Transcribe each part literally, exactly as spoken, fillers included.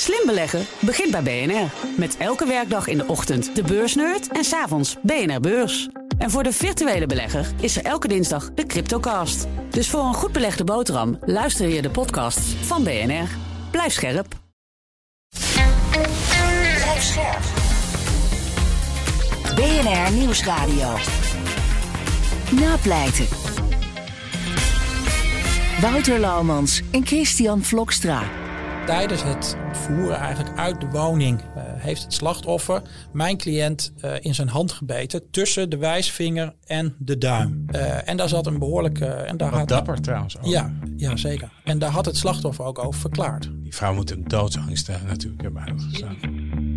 Slim beleggen begint bij B N R. Met elke werkdag in de ochtend de beursnerd en 's avonds B N R Beurs. En voor de virtuele belegger is er elke dinsdag de Cryptocast. Dus voor een goed belegde boterham luister je de podcasts van B N R. Blijf scherp. Blijf scherp. B N R Nieuwsradio. Napleiten. Wouter Laumans en Christian Vlokstra. Tijdens het voeren eigenlijk uit de woning uh, heeft het slachtoffer, mijn cliënt, uh, in zijn hand gebeten tussen de wijsvinger en de duim. Uh, en daar zat een behoorlijke... En daar Wat had, dapper trouwens ook. Ja, ja, zeker. En daar had het slachtoffer ook over verklaard. Die vrouw moet een doodsangst uh, natuurlijk hebben uitgestaan.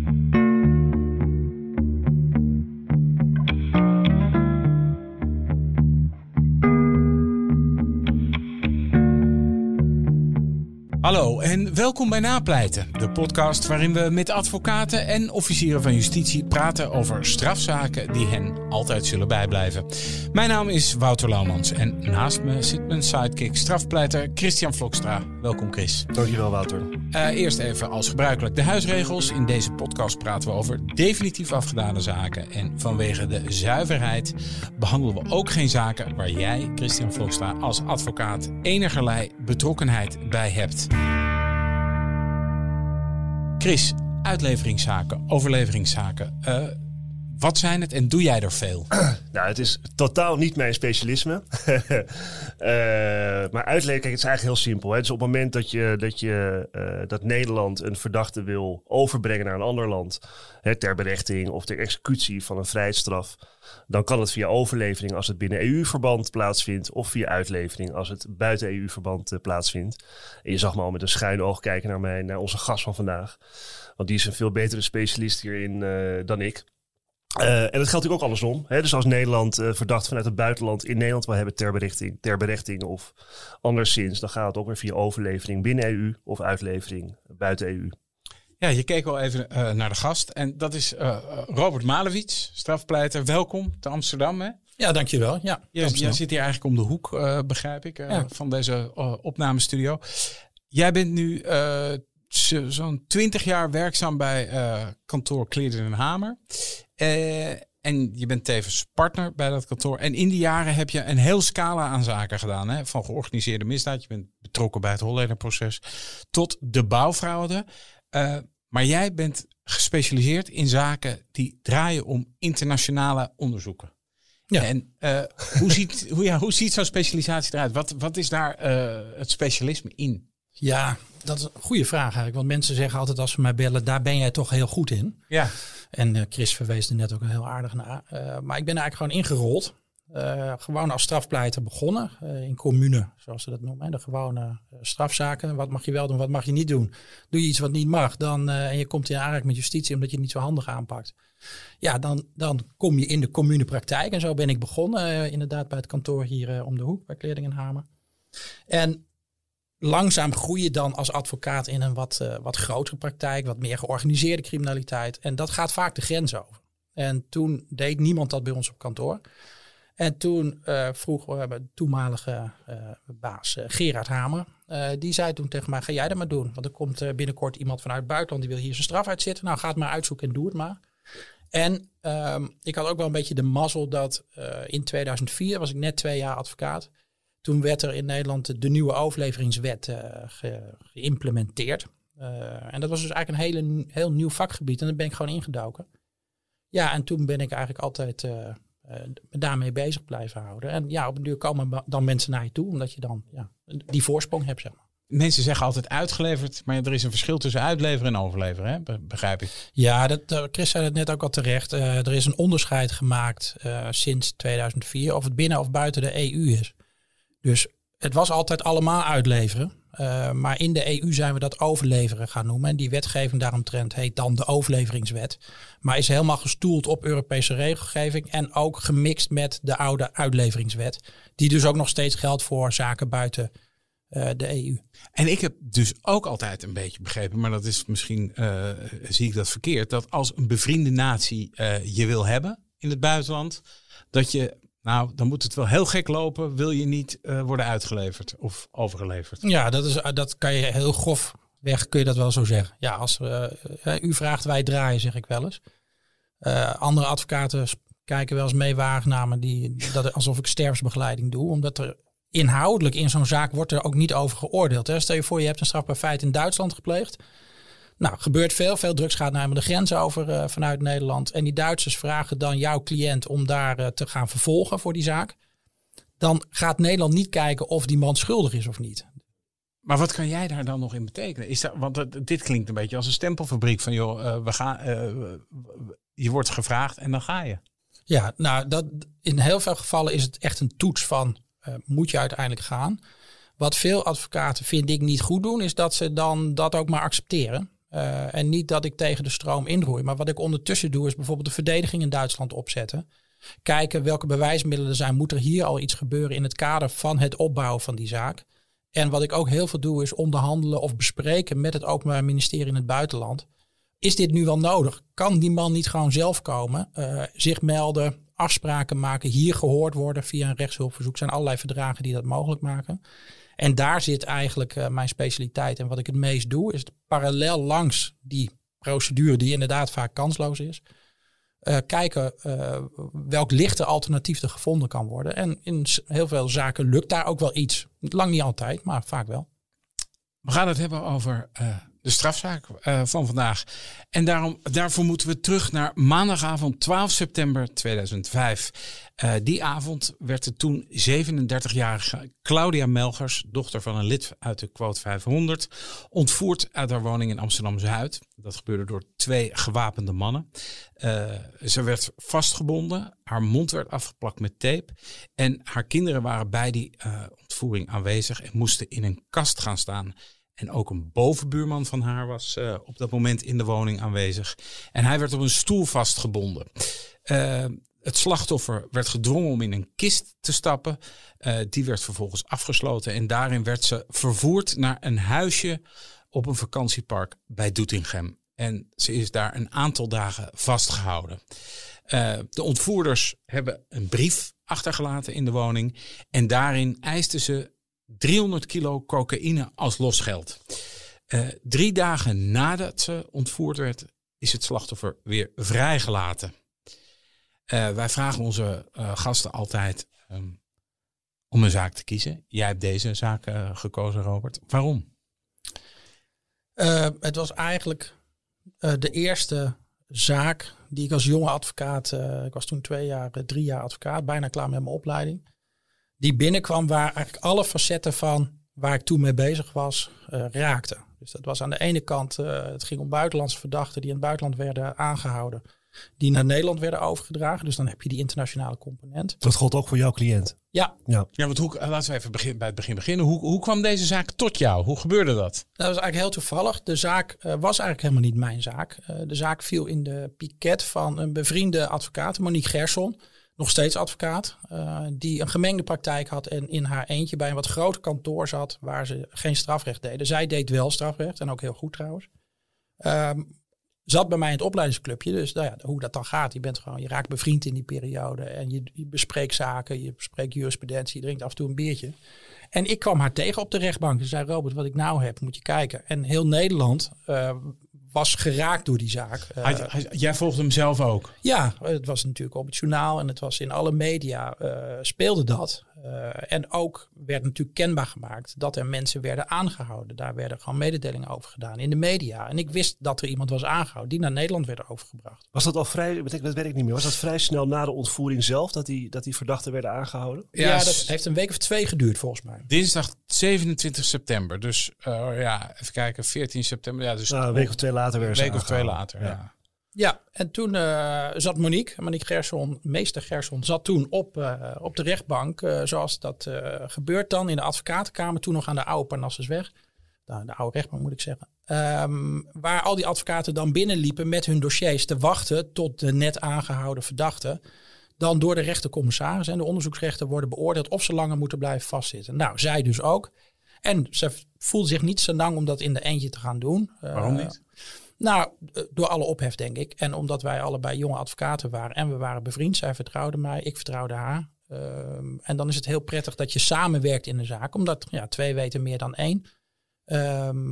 Hallo en welkom bij Napleiten, de podcast waarin we met advocaten en officieren van justitie praten over strafzaken die hen altijd zullen bijblijven. Mijn naam is Wouter Laumans en naast me zit mijn sidekick strafpleiter Christian Vlokstra. Welkom Chris. Dankjewel Wouter. Uh, eerst even als gebruikelijk de huisregels. In deze podcast praten we over definitief afgedane zaken. En vanwege de zuiverheid behandelen we ook geen zaken waar jij, Christian Vlokstra, als advocaat enigerlei betrokkenheid bij hebt. Chris, uitleveringszaken, overleveringszaken. Uh, wat zijn het en doe jij er veel? Nou, het is totaal niet mijn specialisme. uh, maar uitleveren, kijk, het is eigenlijk heel simpel. Hè. Dus op het moment dat, je, dat, je, uh, dat Nederland een verdachte wil overbrengen naar een ander land, hè, ter berechting of ter executie van een vrijheidsstraf, dan kan het via overlevering als het binnen E U-verband plaatsvindt, of via uitlevering als het buiten E U-verband uh, plaatsvindt. En je zag me al met een schuin oog kijken naar, mij, naar onze gast van vandaag. Want die is een veel betere specialist hierin uh, dan ik. Uh, en dat geldt natuurlijk ook andersom. Hè? Dus als Nederland uh, verdacht vanuit het buitenland in Nederland wil hebben ter berechting, ter berechting of anderszins, dan gaat het ook weer via overlevering binnen E U of uitlevering buiten E U. Ja, je keek al even uh, naar de gast. En dat is uh, Robert Malewitz, strafpleiter. Welkom te Amsterdam. Hè? Ja, dankjewel. Ja, je, je zit hier eigenlijk om de hoek, uh, begrijp ik, uh, ja. van deze uh, opnamestudio. Jij bent nu uh, zo, zo'n twintig jaar werkzaam bij uh, kantoor Kleerden en Hamer. Uh, en je bent tevens partner bij dat kantoor. En in die jaren heb je een heel scala aan zaken gedaan. Hè? Van georganiseerde misdaad. Je bent betrokken bij het Hollederproces. Tot de bouwfraude. Uh, maar jij bent gespecialiseerd in zaken die draaien om internationale onderzoeken. Ja. En uh, hoe ziet, hoe, ja, hoe ziet zo'n specialisatie eruit? Wat, wat is daar uh, het specialisme in? Ja, dat is een goede vraag eigenlijk. Want mensen zeggen altijd als ze mij bellen, daar ben jij toch heel goed in. Ja. En uh, Chris verwees er net ook heel aardig naar. Uh, maar ik ben eigenlijk gewoon ingerold. Uh, gewoon als strafpleiter begonnen. Uh, in commune, zoals ze dat noemen. Hè. De gewone uh, strafzaken. Wat mag je wel doen, wat mag je niet doen? Doe je iets wat niet mag dan, uh, en je komt in aanraking met justitie omdat je het niet zo handig aanpakt. Ja, dan, dan kom je in de communepraktijk. En zo ben ik begonnen. Uh, inderdaad bij het kantoor hier uh, om de hoek bij Kleerding en Hamer. En langzaam groei je dan als advocaat in een wat, uh, wat grotere praktijk. Wat meer georganiseerde criminaliteit. En dat gaat vaak de grens over. En toen deed niemand dat bij ons op kantoor. En toen uh, vroeg uh, de toenmalige uh, baas uh, Gerard Hamer. Uh, die zei toen tegen mij, ga jij dat maar doen. Want er komt uh, binnenkort iemand vanuit het buitenland. Die wil hier zijn straf uitzitten. Nou, ga het maar uitzoeken en doe het maar. En um, ik had ook wel een beetje de mazzel dat uh, in tweeduizend vier was ik net twee jaar advocaat. Toen werd er in Nederland de, de nieuwe overleveringswet uh, ge, geïmplementeerd. Uh, en dat was dus eigenlijk een hele, heel nieuw vakgebied. En daar ben ik gewoon ingedoken. Ja, en toen ben ik eigenlijk altijd uh, uh, daarmee bezig blijven houden. En ja, op een duur komen dan mensen naar je toe. Omdat je dan ja, die voorsprong hebt, zeg maar. Mensen zeggen altijd uitgeleverd, maar er is een verschil tussen uitleveren en overleveren, hè? Begrijp ik. Ja, dat, Chris zei het net ook al terecht. Uh, er is een onderscheid gemaakt uh, sinds tweeduizend vier of het binnen of buiten de E U is. Dus het was altijd allemaal uitleveren. Uh, maar in de E U zijn we dat overleveren gaan noemen. En die wetgeving daaromtrent heet dan de overleveringswet. Maar is helemaal gestoeld op Europese regelgeving. En ook gemixt met de oude uitleveringswet. Die dus ook nog steeds geldt voor zaken buiten uh, de E U. En ik heb dus ook altijd een beetje begrepen, maar dat is misschien, uh, zie ik dat verkeerd, dat als een bevriende natie uh, je wil hebben in het buitenland, dat je, nou, dan moet het wel heel gek lopen, wil je niet uh, worden uitgeleverd of overgeleverd. Ja, dat, is, dat kan je heel grof weg kun je dat wel zo zeggen. Ja, als uh, u vraagt, wij draaien, zeg ik wel eens. Uh, andere advocaten kijken wel eens mee waarnamen die dat alsof ik sterfsbegeleiding doe, omdat er inhoudelijk in zo'n zaak wordt er ook niet over geoordeeld. Hè. Stel je voor, je hebt een strafbaar feit in Duitsland gepleegd. Nou, gebeurt veel. Veel drugs gaat naar de grens over uh, vanuit Nederland. En die Duitsers vragen dan jouw cliënt om daar uh, te gaan vervolgen voor die zaak. Dan gaat Nederland niet kijken of die man schuldig is of niet. Maar wat kan jij daar dan nog in betekenen? Is dat, want uh, dit klinkt een beetje als een stempelfabriek van joh, uh, we gaan, uh, je wordt gevraagd en dan ga je. Ja, nou, dat, in heel veel gevallen is het echt een toets van uh, moet je uiteindelijk gaan. Wat veel advocaten, vind ik, niet goed doen, is dat ze dan dat ook maar accepteren. Uh, en niet dat ik tegen de stroom inroei. Maar wat ik ondertussen doe, is bijvoorbeeld de verdediging in Duitsland opzetten. Kijken welke bewijsmiddelen er zijn. Moet er hier al iets gebeuren in het kader van het opbouwen van die zaak? En wat ik ook heel veel doe, is onderhandelen of bespreken met het Openbaar Ministerie in het buitenland. Is dit nu wel nodig? Kan die man niet gewoon zelf komen, uh, zich melden, afspraken maken, hier gehoord worden via een rechtshulpverzoek? Er zijn allerlei verdragen die dat mogelijk maken. En daar zit eigenlijk uh, mijn specialiteit. En wat ik het meest doe, is parallel langs die procedure die inderdaad vaak kansloos is, Uh, kijken uh, welk lichte alternatief er gevonden kan worden. En in heel veel zaken lukt daar ook wel iets. Lang niet altijd, maar vaak wel. We gaan het hebben over uh, de strafzaak uh, van vandaag. En daarom, daarvoor moeten we terug naar maandagavond twaalf september tweeduizend vijf. Uh, die avond werd de toen zevenendertigjarige Claudia Melchers, dochter van een lid uit de Quote vijfhonderd, ontvoerd uit haar woning in Amsterdam-Zuid. Dat gebeurde door twee gewapende mannen. Uh, ze werd vastgebonden, haar mond werd afgeplakt met tape en haar kinderen waren bij die uh, ontvoering aanwezig en moesten in een kast gaan staan. En ook een bovenbuurman van haar was uh, op dat moment in de woning aanwezig. En hij werd op een stoel vastgebonden. Uh, het slachtoffer werd gedwongen om in een kist te stappen. Uh, die werd vervolgens afgesloten. En daarin werd ze vervoerd naar een huisje op een vakantiepark bij Doetinchem. En ze is daar een aantal dagen vastgehouden. Uh, de ontvoerders hebben een brief achtergelaten in de woning. En daarin eisten ze driehonderd kilo cocaïne als losgeld. Uh, drie dagen nadat ze ontvoerd werd, is het slachtoffer weer vrijgelaten. Uh, wij vragen onze uh, gasten altijd um, om een zaak te kiezen. Jij hebt deze zaak uh, gekozen, Robert. Waarom? Uh, het was eigenlijk uh, de eerste zaak die ik als jonge advocaat, uh, ik was toen twee jaar, drie jaar advocaat, bijna klaar met mijn opleiding, die binnenkwam waar eigenlijk alle facetten van waar ik toen mee bezig was, uh, raakten. Dus dat was aan de ene kant, uh, het ging om buitenlandse verdachten die in het buitenland werden aangehouden, die naar Nederland werden overgedragen. Dus dan heb je die internationale component. Dat gold ook voor jouw cliënt? Ja. Ja, ja want hoe, laten we even begin, bij het begin beginnen. Hoe, hoe kwam deze zaak tot jou? Hoe gebeurde dat? Dat was eigenlijk heel toevallig. De zaak uh, was eigenlijk helemaal niet mijn zaak. Uh, de zaak viel in de piket van een bevriende advocaat, Monique Gerson. Nog steeds advocaat, uh, die een gemengde praktijk had en in haar eentje bij een wat groter kantoor zat waar ze geen strafrecht deden. Zij deed wel strafrecht en ook heel goed trouwens. Um, zat bij mij in het opleidingsclubje, dus nou ja, hoe dat dan gaat. Je bent gewoon, je raakt bevriend in die periode en je, je bespreekt zaken, je bespreekt jurisprudentie, je drinkt af en toe een biertje. En ik kwam haar tegen op de rechtbank. Ze zei, Robert, wat ik nou heb, moet je kijken. En heel Nederland uh, was geraakt door die zaak. Uh, hij, hij, jij volgde hem zelf ook? Ja, het was natuurlijk op het journaal en het was in alle media uh, speelde dat. Uh, en ook werd natuurlijk kenbaar gemaakt dat er mensen werden aangehouden. Daar werden gewoon mededelingen over gedaan in de media. En ik wist dat er iemand was aangehouden die naar Nederland werd overgebracht. Was dat al vrij, dat weet ik niet meer, was dat vrij snel na de ontvoering zelf dat die, dat die verdachten werden aangehouden? Ja, ja, dat heeft een week of twee geduurd volgens mij. Dinsdag zevenentwintig september, dus uh, ja, even kijken, veertien september. Ja, dus nou, een week of twee later werden ze Een week of twee later, ja. ja. Ja, en toen uh, zat Monique, Monique Gerson, meester Gerson, zat toen op, uh, op de rechtbank. Uh, zoals dat uh, gebeurt dan in de advocatenkamer. Toen nog aan de oude Parnassusweg. De, de oude rechtbank moet ik zeggen. Um, waar al die advocaten dan binnenliepen met hun dossiers te wachten tot de net aangehouden verdachten dan door de rechtercommissaris en de onderzoeksrechter worden beoordeeld of ze langer moeten blijven vastzitten. Nou, zij dus ook. En ze voelde zich niet zo lang om dat in de eentje te gaan doen. Waarom niet? Uh, Nou, door alle ophef denk ik. En omdat wij allebei jonge advocaten waren en we waren bevriend. Zij vertrouwde mij, ik vertrouwde haar. Um, en dan is het heel prettig dat je samenwerkt in de zaak. Omdat ja, twee weten meer dan één. Um,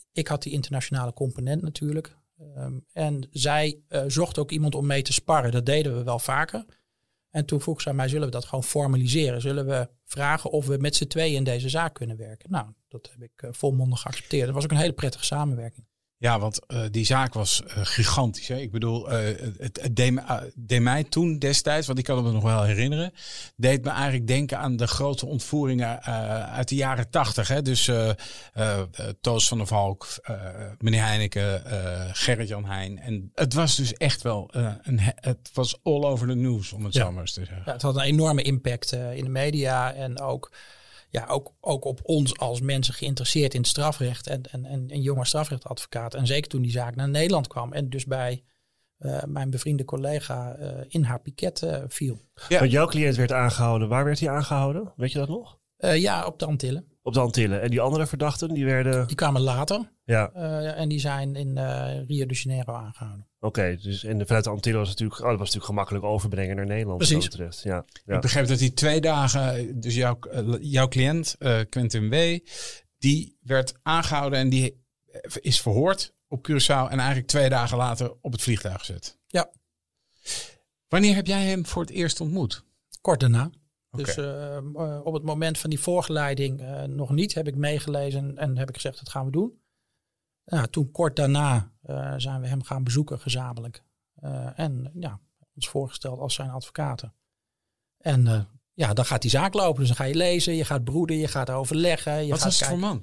ik had die internationale component natuurlijk. Um, en zij uh, zocht ook iemand om mee te sparren. Dat deden we wel vaker. En toen vroeg ze aan mij, zullen we dat gewoon formaliseren? Zullen we vragen of we met z'n tweeën in deze zaak kunnen werken? Nou, dat heb ik uh, volmondig geaccepteerd. Dat was ook een hele prettige samenwerking. Ja, want uh, die zaak was uh, gigantisch. Hè? Ik bedoel, uh, het, het deed, me, uh, deed mij toen destijds, want ik kan me nog wel herinneren, deed me eigenlijk denken aan de grote ontvoeringen uh, uit de jaren tachtig. Hè? Dus uh, uh, Toos van der Valk, uh, meneer Heineken, uh, Gerrit-Jan Heijn. En het was dus echt wel, uh, een, het was all over the news, om het ja. zo maar eens te zeggen. Ja, het had een enorme impact uh, in de media en ook... Ja, ook, ook op ons als mensen geïnteresseerd in het strafrecht en, en, en, en jonge strafrechtadvocaat. En zeker toen die zaak naar Nederland kwam en dus bij uh, mijn bevriende collega uh, in haar piket uh, viel. Ja. Want jouw cliënt werd aangehouden. Waar werd hij aangehouden? Weet je dat nog? Uh, ja, op de Antillen. Op de Antillen. En die andere verdachten, die werden... Die kwamen later. Ja. Uh, en die zijn in uh, Rio de Janeiro aangehouden. Oké, okay, dus en vanuit de Antillen was natuurlijk, oh, dat was natuurlijk gemakkelijk overbrengen naar Nederland. Precies. Ja, ja. Ik begreep dat die twee dagen, dus jouw, jouw cliënt, uh, Quentin W., die werd aangehouden en die is verhoord op Curaçao en eigenlijk twee dagen later op het vliegtuig gezet. Ja. Wanneer heb jij hem voor het eerst ontmoet? Kort daarna. Okay. Dus uh, uh, op het moment van die voorgeleiding uh, nog niet, heb ik meegelezen en heb ik gezegd, dat gaan we doen. Nou, toen kort daarna uh, zijn we hem gaan bezoeken gezamenlijk. Uh, en ja, ons voorgesteld als zijn advocaten. En uh, ja, dan gaat die zaak lopen. Dus dan ga je lezen, je gaat broeden, je gaat overleggen. Je Wat gaat was het kijken. voor man?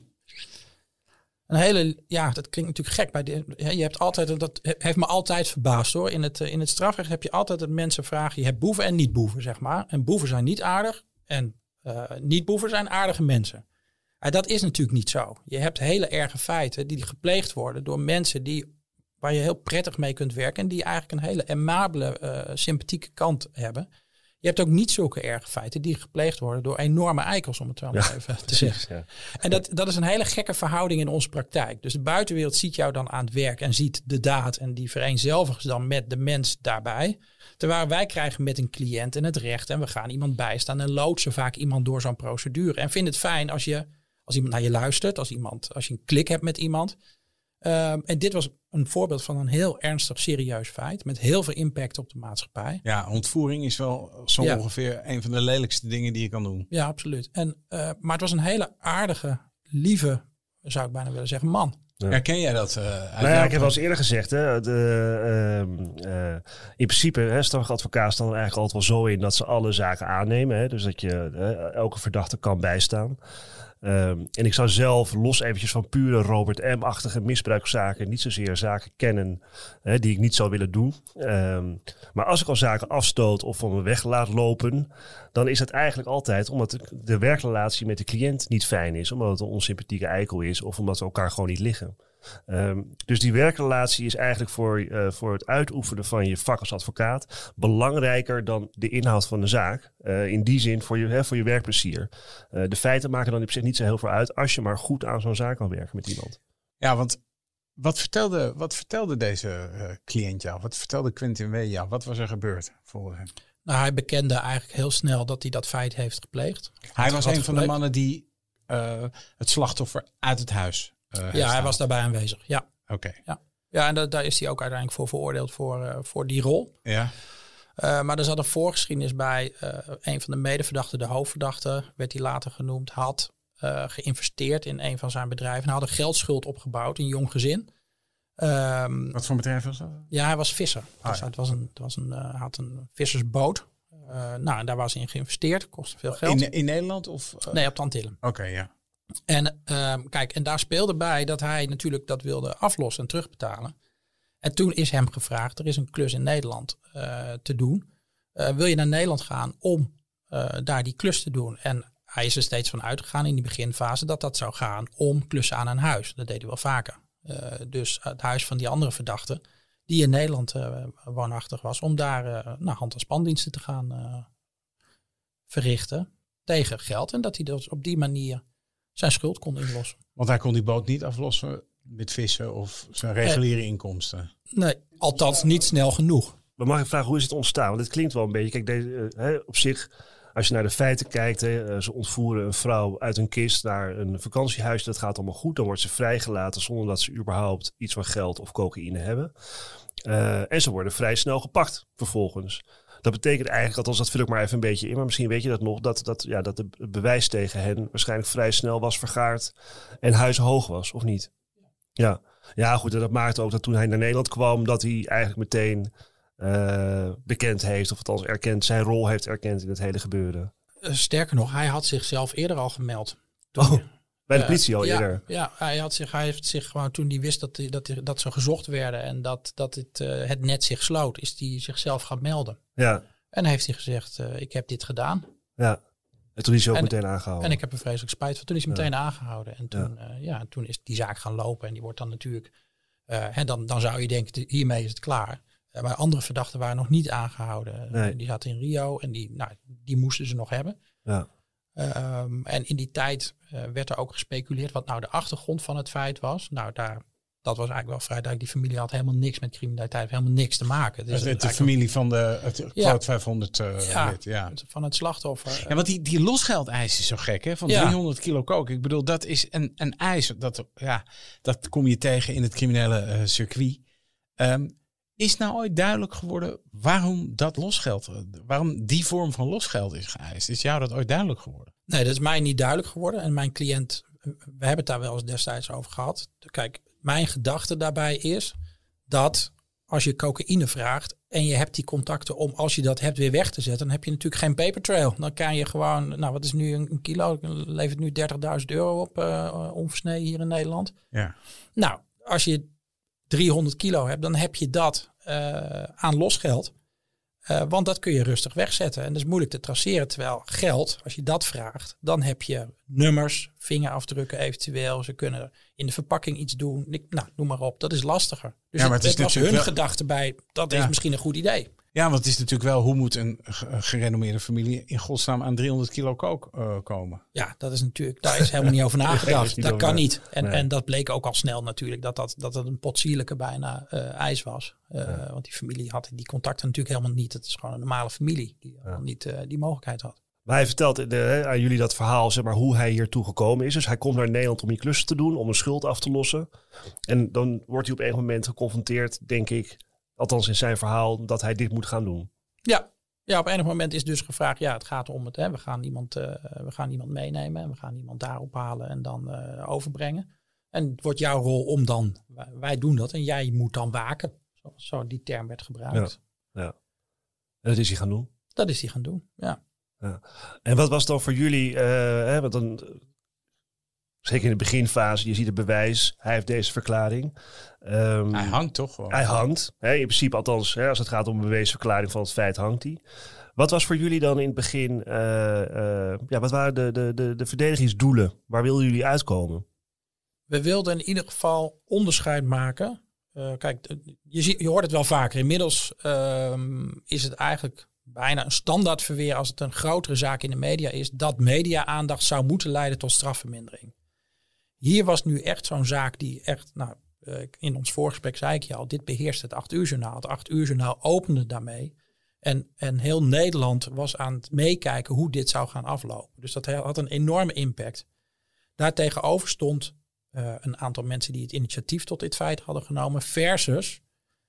Een hele, ja, dat klinkt natuurlijk gek. Maar de, je hebt altijd, dat heeft me altijd verbaasd hoor. In het, in het strafrecht heb je altijd dat mensen vragen, je hebt boeven en niet-boeven, zeg maar. En boeven zijn niet aardig en uh, niet-boeven zijn aardige mensen. En dat is natuurlijk niet zo. Je hebt hele erge feiten die gepleegd worden door mensen die, waar je heel prettig mee kunt werken en die eigenlijk een hele aimabele, uh, sympathieke kant hebben. Je hebt ook niet zulke erge feiten die gepleegd worden door enorme eikels, om het zo maar ja, even te precies, zeggen. Ja. En dat, dat is een hele gekke verhouding in onze praktijk. Dus de buitenwereld ziet jou dan aan het werk en ziet de daad en die vereenzelvigen ze dan met de mens daarbij. Terwijl wij krijgen met een cliënt en het recht en we gaan iemand bijstaan en loodsen vaak iemand door zo'n procedure. En vind het fijn als je als iemand naar je luistert, als, iemand, als je een klik hebt met iemand. Um, en dit was een voorbeeld van een heel ernstig, serieus feit. Met heel veel impact op de maatschappij. Ja, ontvoering is wel zo ja. ongeveer een van de lelijkste dingen die je kan doen. Ja, absoluut. En, uh, maar het was een hele aardige, lieve, zou ik bijna willen zeggen, man. Ja. Herken jij dat? Uh, nou ja, ik heb wel eens eerder gezegd. Hè, de, uh, uh, in principe, strafrechtadvocaten staan er eigenlijk altijd wel zo in dat ze alle zaken aannemen. Hè, dus dat je uh, elke verdachte kan bijstaan. Um, en ik zou zelf, los eventjes van pure Robert M.-achtige misbruikzaken, niet zozeer zaken kennen hè, die ik niet zou willen doen. Um, maar als ik al zaken afstoot of van mijn weg laat lopen, dan is het eigenlijk altijd omdat de werkrelatie met de cliënt niet fijn is. Omdat het een onsympathieke eikel is of omdat we elkaar gewoon niet liggen. Um, dus die werkrelatie is eigenlijk voor, uh, voor het uitoefenen van je vak als advocaat belangrijker dan de inhoud van de zaak. Uh, in die zin voor je, hè, voor je werkplezier. Uh, de feiten maken dan op zich niet zo heel veel uit als je maar goed aan zo'n zaak kan werken met iemand. Ja, want wat vertelde, wat vertelde deze uh, cliënt jou? Wat vertelde Quentin W. jou? Wat was er gebeurd volgens hem? Nou, hij bekende eigenlijk heel snel dat hij dat feit heeft gepleegd. Hij was een van gepleegd. de mannen die uh, het slachtoffer uit het huis Uh, ja, hij was daarbij aanwezig. Ja. Oké. Okay. Ja, ja en da- daar is hij ook uiteindelijk voor veroordeeld voor, uh, voor die rol. Ja. Uh, maar er zat een voorgeschiedenis bij. Uh, een van de medeverdachten, de hoofdverdachte, werd hij later genoemd, had uh, geïnvesteerd in een van zijn bedrijven. Hij had een geldschuld opgebouwd, een jong gezin. Um, Wat voor bedrijf was dat? Ja, hij was visser. Ah, dus ja. het was een, het was een, uh, hij had een vissersboot. Uh, nou, en daar was hij in geïnvesteerd. Kostte veel geld. In, in Nederland? Of, uh... Nee, op de Antillen. Oké, okay, ja. En uh, kijk, en daar speelde bij dat hij natuurlijk dat wilde aflossen en terugbetalen. En toen is hem gevraagd, er is een klus in Nederland uh, te doen. Uh, wil je naar Nederland gaan om uh, daar die klus te doen? En hij is er steeds van uitgegaan in die beginfase dat dat zou gaan om klussen aan een huis. Dat deed hij wel vaker. Uh, dus het huis van die andere verdachte, die in Nederland uh, woonachtig was, om daar uh, nou, hand- en spandiensten te gaan uh, verrichten tegen geld. En dat hij dus op die manier zijn schuld kon inlossen. Want hij kon die boot niet aflossen met vissen of zijn reguliere eh, inkomsten? Nee, althans niet snel genoeg. Maar mag ik vragen, hoe is het ontstaan? Want het klinkt wel een beetje, kijk, deze, uh, hè, op zich, Als je naar de feiten kijkt, hè, ze ontvoeren een vrouw uit een kist naar een vakantiehuis. Dat gaat allemaal goed. Dan wordt ze vrijgelaten zonder dat ze überhaupt iets van geld of cocaïne hebben. Uh, en ze worden vrij snel gepakt vervolgens. Dat betekent eigenlijk, althans dat vul ik maar even een beetje in, maar misschien weet je dat nog, dat, dat, ja, dat het bewijs tegen hen waarschijnlijk vrij snel was vergaard en huishoog was, of niet? Ja, ja goed, en dat maakte ook dat toen hij naar Nederland kwam, dat hij eigenlijk meteen uh, bekend heeft, of althans erkend, zijn rol heeft erkend in het hele gebeuren. Uh, sterker nog, hij had zichzelf eerder al gemeld. Toen, oh, bij de uh, politie al ja, eerder? Ja, hij, had zich, hij heeft zich gewoon, toen hij wist dat, die, dat, die, dat ze gezocht werden en dat, dat het, uh, het net zich sloot, is hij zichzelf gaan melden. Ja. En heeft hij gezegd, uh, ik heb dit gedaan. Ja, en toen is hij ook en, meteen aangehouden. En ik heb er vreselijk spijt van. Toen is hij meteen ja. aangehouden. En toen, ja. Uh, ja, toen is die zaak gaan lopen. En die wordt dan natuurlijk... Uh, en dan, dan zou je denken, hiermee is het klaar. Uh, maar andere verdachten waren nog niet aangehouden. Nee. Uh, die zaten in Rio en die, nou, die moesten ze nog hebben. Ja. Uh, um, en in die tijd uh, werd er ook gespeculeerd wat nou de achtergrond van het feit was. Nou, daar... Dat was eigenlijk wel vrij duidelijk. Die familie had helemaal niks met criminaliteit, helemaal niks te maken. Dus de, de familie van de het ja. vijfhonderd uh, ja, lid, ja, van het slachtoffer. Ja, want die, die losgeldeis is zo gek, hè? Van ja. driehonderd kilo coke. Ik bedoel, dat is een, een eis. Dat, ja, dat kom je tegen in het criminele uh, circuit. Um, is nou ooit duidelijk geworden waarom dat losgeld, waarom die vorm van losgeld is geëist? Is jou dat ooit duidelijk geworden? Nee, dat is mij niet duidelijk geworden. En mijn cliënt, we hebben het daar wel eens destijds over gehad. Kijk, mijn gedachte daarbij is dat als je cocaïne vraagt en je hebt die contacten om als je dat hebt weer weg te zetten, dan heb je natuurlijk geen paper trail. Dan kan je gewoon, nou wat is nu een, een kilo, levert nu dertigduizend euro op uh, onversneden hier in Nederland. Ja. Nou, als je driehonderd kilo hebt, dan heb je dat uh, aan losgeld. Uh, want dat kun je rustig wegzetten. En dat is moeilijk te traceren. Terwijl geld, als je dat vraagt, dan heb je nummers, vingerafdrukken eventueel. Ze kunnen in de verpakking iets doen. Nou, noem maar op. Dat is lastiger. Dus ja, maar het, het, het was hun wel... gedachte bij, dat ja. is misschien een goed idee. Ja, want het is natuurlijk wel, hoe moet een gerenommeerde familie in godsnaam aan driehonderd kilo kook uh, komen? Ja, dat is natuurlijk, daar is helemaal niet over nagedacht. Dat kan niet. En, Nee. en dat bleek ook al snel natuurlijk, dat dat, dat het een potsierlijke bijna uh, ijs was. Uh, ja. Want die familie had die contacten natuurlijk helemaal niet. Het is gewoon een normale familie die ja. niet uh, die mogelijkheid had. Maar hij vertelt de, hè, aan jullie dat verhaal, zeg maar, hoe hij hiertoe gekomen is. Dus hij komt naar Nederland om die klussen te doen, om een schuld af te lossen. En dan wordt hij op een moment geconfronteerd, denk ik, althans in zijn verhaal, dat hij dit moet gaan doen. Ja, ja op enig moment is dus gevraagd, ja, het gaat om het, hè, we gaan iemand, uh, we gaan iemand meenemen en we gaan iemand daar ophalen en dan uh, overbrengen. En het wordt jouw rol om dan, wij, wij doen dat en jij moet dan waken. Zo, zo die term werd gebruikt. Ja, ja. En dat is hij gaan doen? Dat is hij gaan doen, ja. Ja. En wat was dan voor jullie, uh, hè, want dan, zeker in de beginfase, je ziet het bewijs, hij heeft deze verklaring. Um, hij hangt toch gewoon. Hij hangt, hè, in principe althans, hè, als het gaat om een beweesverklaring van het feit, hangt hij. Wat was voor jullie dan in het begin, uh, uh, ja, wat waren de, de, de, de verdedigingsdoelen? Waar wilden jullie uitkomen? We wilden in ieder geval onderscheid maken. Uh, kijk, je, zie, je hoort het wel vaker. Inmiddels um, is het eigenlijk bijna een standaard verweer als het een grotere zaak in de media is, dat media-aandacht zou moeten leiden tot strafvermindering. Hier was nu echt zo'n zaak die echt, nou, in ons voorgesprek zei ik je al, dit beheerst het acht uur journaal. Het acht uur journaal opende daarmee. En, en heel Nederland was aan het meekijken hoe dit zou gaan aflopen. Dus dat had een enorme impact. Daartegenover stond uh, een aantal mensen die het initiatief tot dit feit hadden genomen, versus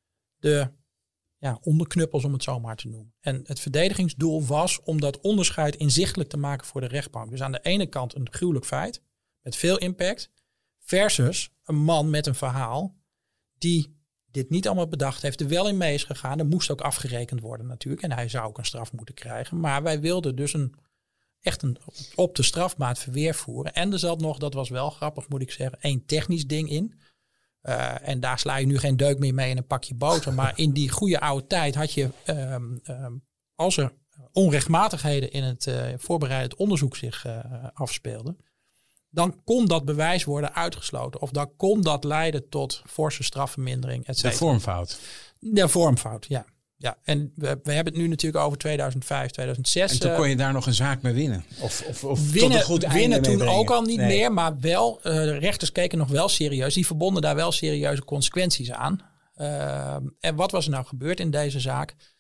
de ja, onderknuppels, om het zo maar te noemen. En het verdedigingsdoel was om dat onderscheid inzichtelijk te maken voor de rechtbank. Dus aan de ene kant een gruwelijk feit met veel impact, versus een man met een verhaal die dit niet allemaal bedacht heeft, er wel in mee is gegaan. Er moest ook afgerekend worden natuurlijk en hij zou ook een straf moeten krijgen. Maar wij wilden dus een echt een op de strafmaat verweer voeren. En er zat nog, dat was wel grappig moet ik zeggen, één technisch ding in. Uh, en daar sla je nu geen deuk meer mee in een pakje boter. Maar in die goede oude tijd had je, um, um, als er onrechtmatigheden in het uh, voorbereidend onderzoek zich uh, afspeelden, dan kon dat bewijs worden uitgesloten. Of dan kon dat leiden tot forse strafvermindering, et cetera. De vormfout. De vormfout, ja. Ja, en we, we hebben het nu natuurlijk over tweeduizend vijf, tweeduizend zes. En toen kon je daar nog een zaak mee winnen? Of, of, of winnen, tot een goed einde winnen toen brengen. ook al niet nee. meer, maar wel, uh, de rechters keken nog wel serieus. Die verbonden daar wel serieuze consequenties aan. Uh, en wat was er nou gebeurd in deze zaak?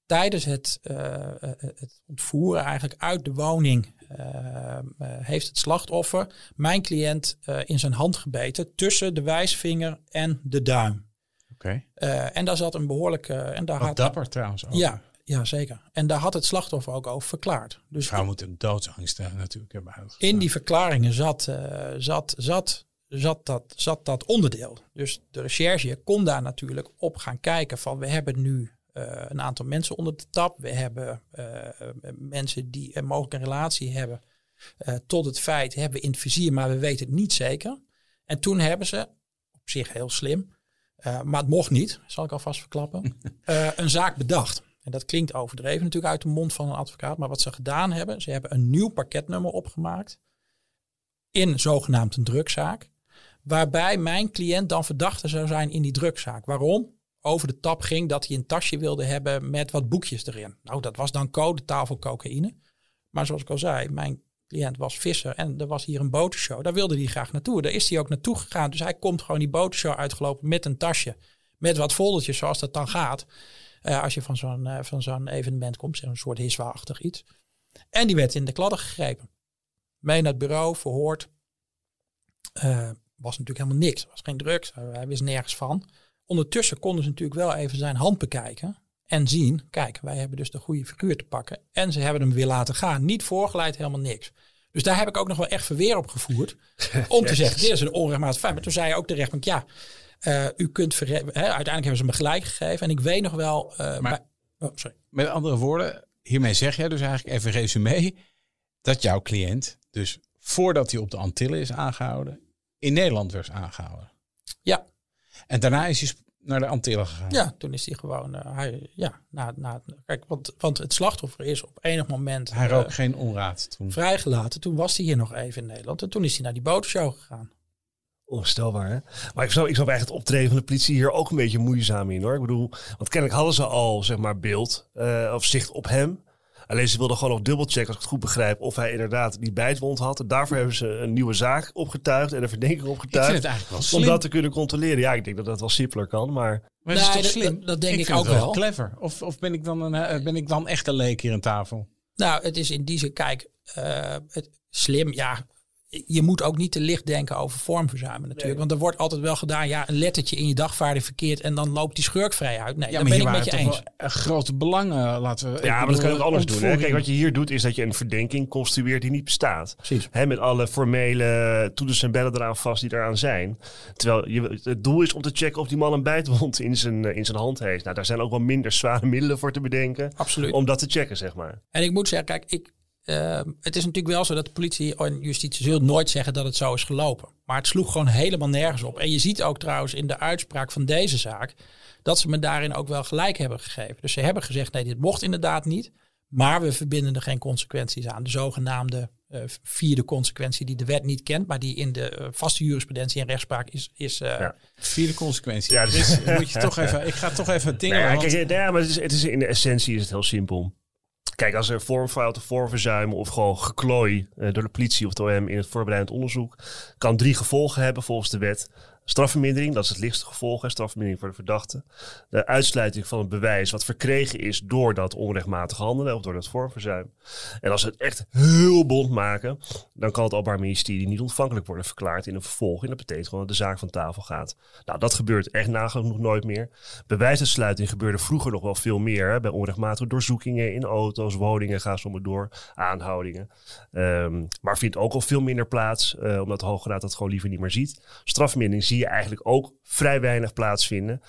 tijdens het, uh, het ontvoeren eigenlijk uit de woning uh, uh, heeft het slachtoffer mijn cliënt uh, in zijn hand gebeten tussen de wijsvinger en de duim. Oké. Okay. Uh, en daar zat een behoorlijke... En daar Wat had, dapper trouwens ook. Ja, ja, zeker. En daar had het slachtoffer ook over verklaard. Dus vrouw moet een doodsangst uh, natuurlijk hebben uitgestaan. In die verklaringen zat, uh, zat, zat, zat, dat, zat dat onderdeel. Dus de recherche kon daar natuurlijk op gaan kijken van we hebben nu uh, een aantal mensen onder de tap. We hebben uh, mensen die uh, mogelijk een relatie hebben uh, tot het feit hebben we in het vizier, maar we weten het niet zeker. En toen hebben ze, op zich heel slim, uh, maar het mocht niet, zal ik alvast verklappen, uh, een zaak bedacht. En dat klinkt overdreven natuurlijk uit de mond van een advocaat. Maar wat ze gedaan hebben, ze hebben een nieuw pakketnummer opgemaakt. In zogenaamd een drugzaak. Waarbij mijn cliënt dan verdachte zou zijn in die drugzaak. Waarom? Over de tap ging dat hij een tasje wilde hebben met wat boekjes erin. Nou, dat was dan codetaal voor cocaïne. Maar zoals ik al zei, mijn cliënt was visser en er was hier een botershow. Daar wilde hij graag naartoe. Daar is hij ook naartoe gegaan. Dus hij komt gewoon die botershow uitgelopen met een tasje. Met wat foldertjes zoals dat dan gaat. Uh, als je van zo'n, uh, van zo'n evenement komt, zeg een soort hiswa-achtig iets. En die werd in de kladden gegrepen. Mee naar het bureau, verhoord. Uh, was natuurlijk helemaal niks. Was geen drugs, hij wist nergens van. Ondertussen konden ze natuurlijk wel even zijn hand bekijken. En zien, kijk, wij hebben dus de goede figuur te pakken. En ze hebben hem weer laten gaan. Niet voorgeleid, helemaal niks. Dus daar heb ik ook nog wel echt verweer op gevoerd. Om te zeggen, dit is een onrechtmatig feit. Maar toen zei ook de rechtbank, ja... Uh, u kunt verre- hè, uiteindelijk hebben ze me gelijk gegeven. En ik weet nog wel... Uh, maar, bij, oh, sorry. Met andere woorden, hiermee zeg jij dus eigenlijk even resume... dat jouw cliënt dus voordat hij op de Antillen is aangehouden... in Nederland werd aangehouden. Ja. En daarna is hij naar de Antillen gegaan. Ja, toen is hij gewoon... Uh, hij, ja, na, na, kijk, want, want het slachtoffer is op enig moment... Hij rook uh, geen onraad toen. Vrijgelaten. Toen was hij hier nog even in Nederland. En toen is hij naar die botershow gegaan. Onvoorstelbaar, hè? Maar ik zou, ik zou eigenlijk het optreden van de politie hier ook een beetje moeizaam in, hoor. Ik bedoel, want kennelijk hadden ze al, zeg maar, beeld uh, of zicht op hem. Alleen ze wilden gewoon nog dubbelchecken, als ik het goed begrijp, of hij inderdaad die bijtwond had. En daarvoor hebben ze een nieuwe zaak opgetuigd en een verdenking opgetuigd. Ik vind het eigenlijk wel slim. Om dat te kunnen controleren. Ja, ik denk dat dat wel simpeler kan, maar... Maar dat nee, is toch dat, slim? Dat, dat denk ik, ik ik ook het wel. wel. Clever. Of, of ben, ik dan een, ben ik dan echt een leek hier aan tafel? Nou, het is in die zin, kijk, uh, het, slim, ja... Je moet ook niet te licht denken over vormverzuimen natuurlijk. Nee. Want er wordt altijd wel gedaan, ja, een lettertje in je dagvaarding verkeerd en dan loopt die schurk vrij uit. Nee, ja, daar ben ik met je eens. Een grote belangen laten we. Ja, maar dat kan je ook anders doen. Hè? Kijk, wat je hier doet is dat je een verdenking construeert die niet bestaat. Precies. Hè, met alle formele toeters en bellen eraan vast die eraan zijn. Terwijl je, het doel is om te checken of die man een bijtwond in zijn, in zijn hand heeft. Nou, daar zijn ook wel minder zware middelen voor te bedenken. Absoluut. Om dat te checken, zeg maar. En ik moet zeggen, kijk, ik... Uh, het is natuurlijk wel zo dat de politie en justitie zullen nooit zeggen dat het zo is gelopen. Maar het sloeg gewoon helemaal nergens op. En je ziet ook trouwens in de uitspraak van deze zaak dat ze me daarin ook wel gelijk hebben gegeven. Dus ze hebben gezegd, nee, dit mocht inderdaad niet. Maar we verbinden er geen consequenties aan. De zogenaamde uh, vierde consequentie die de wet niet kent, maar die in de uh, vaste jurisprudentie en rechtspraak is... is uh, ja. Vierde consequentie. Ja, dus moet je toch even, ik ga toch even dingen... Nou ja, kijk, ja, maar het is, het is in de essentie is het heel simpel. Kijk, als er vormfouten, vormverzuimen of gewoon geklooi uh, door de politie of de O M in het voorbereidend onderzoek kan drie gevolgen hebben volgens de wet. Strafvermindering, dat is het lichtste gevolg, hè, strafvermindering voor de verdachte. De uitsluiting van het bewijs wat verkregen is door dat onrechtmatig handelen of door dat vormverzuim. En als we het echt heel bond maken, dan kan het Openbaar Ministerie niet ontvankelijk worden verklaard in een vervolg. En dat betekent gewoon dat de zaak van tafel gaat. Nou, dat gebeurt echt nagenoeg nooit meer. Bewijsuitsluiting gebeurde vroeger nog wel veel meer. Hè, bij onrechtmatige doorzoekingen in auto's, woningen, gaan ze maar door, aanhoudingen. Um, maar vindt ook al veel minder plaats, uh, omdat de Hoge Raad dat gewoon liever niet meer ziet. Strafvermindering zie je eigenlijk ook vrij weinig plaatsvinden.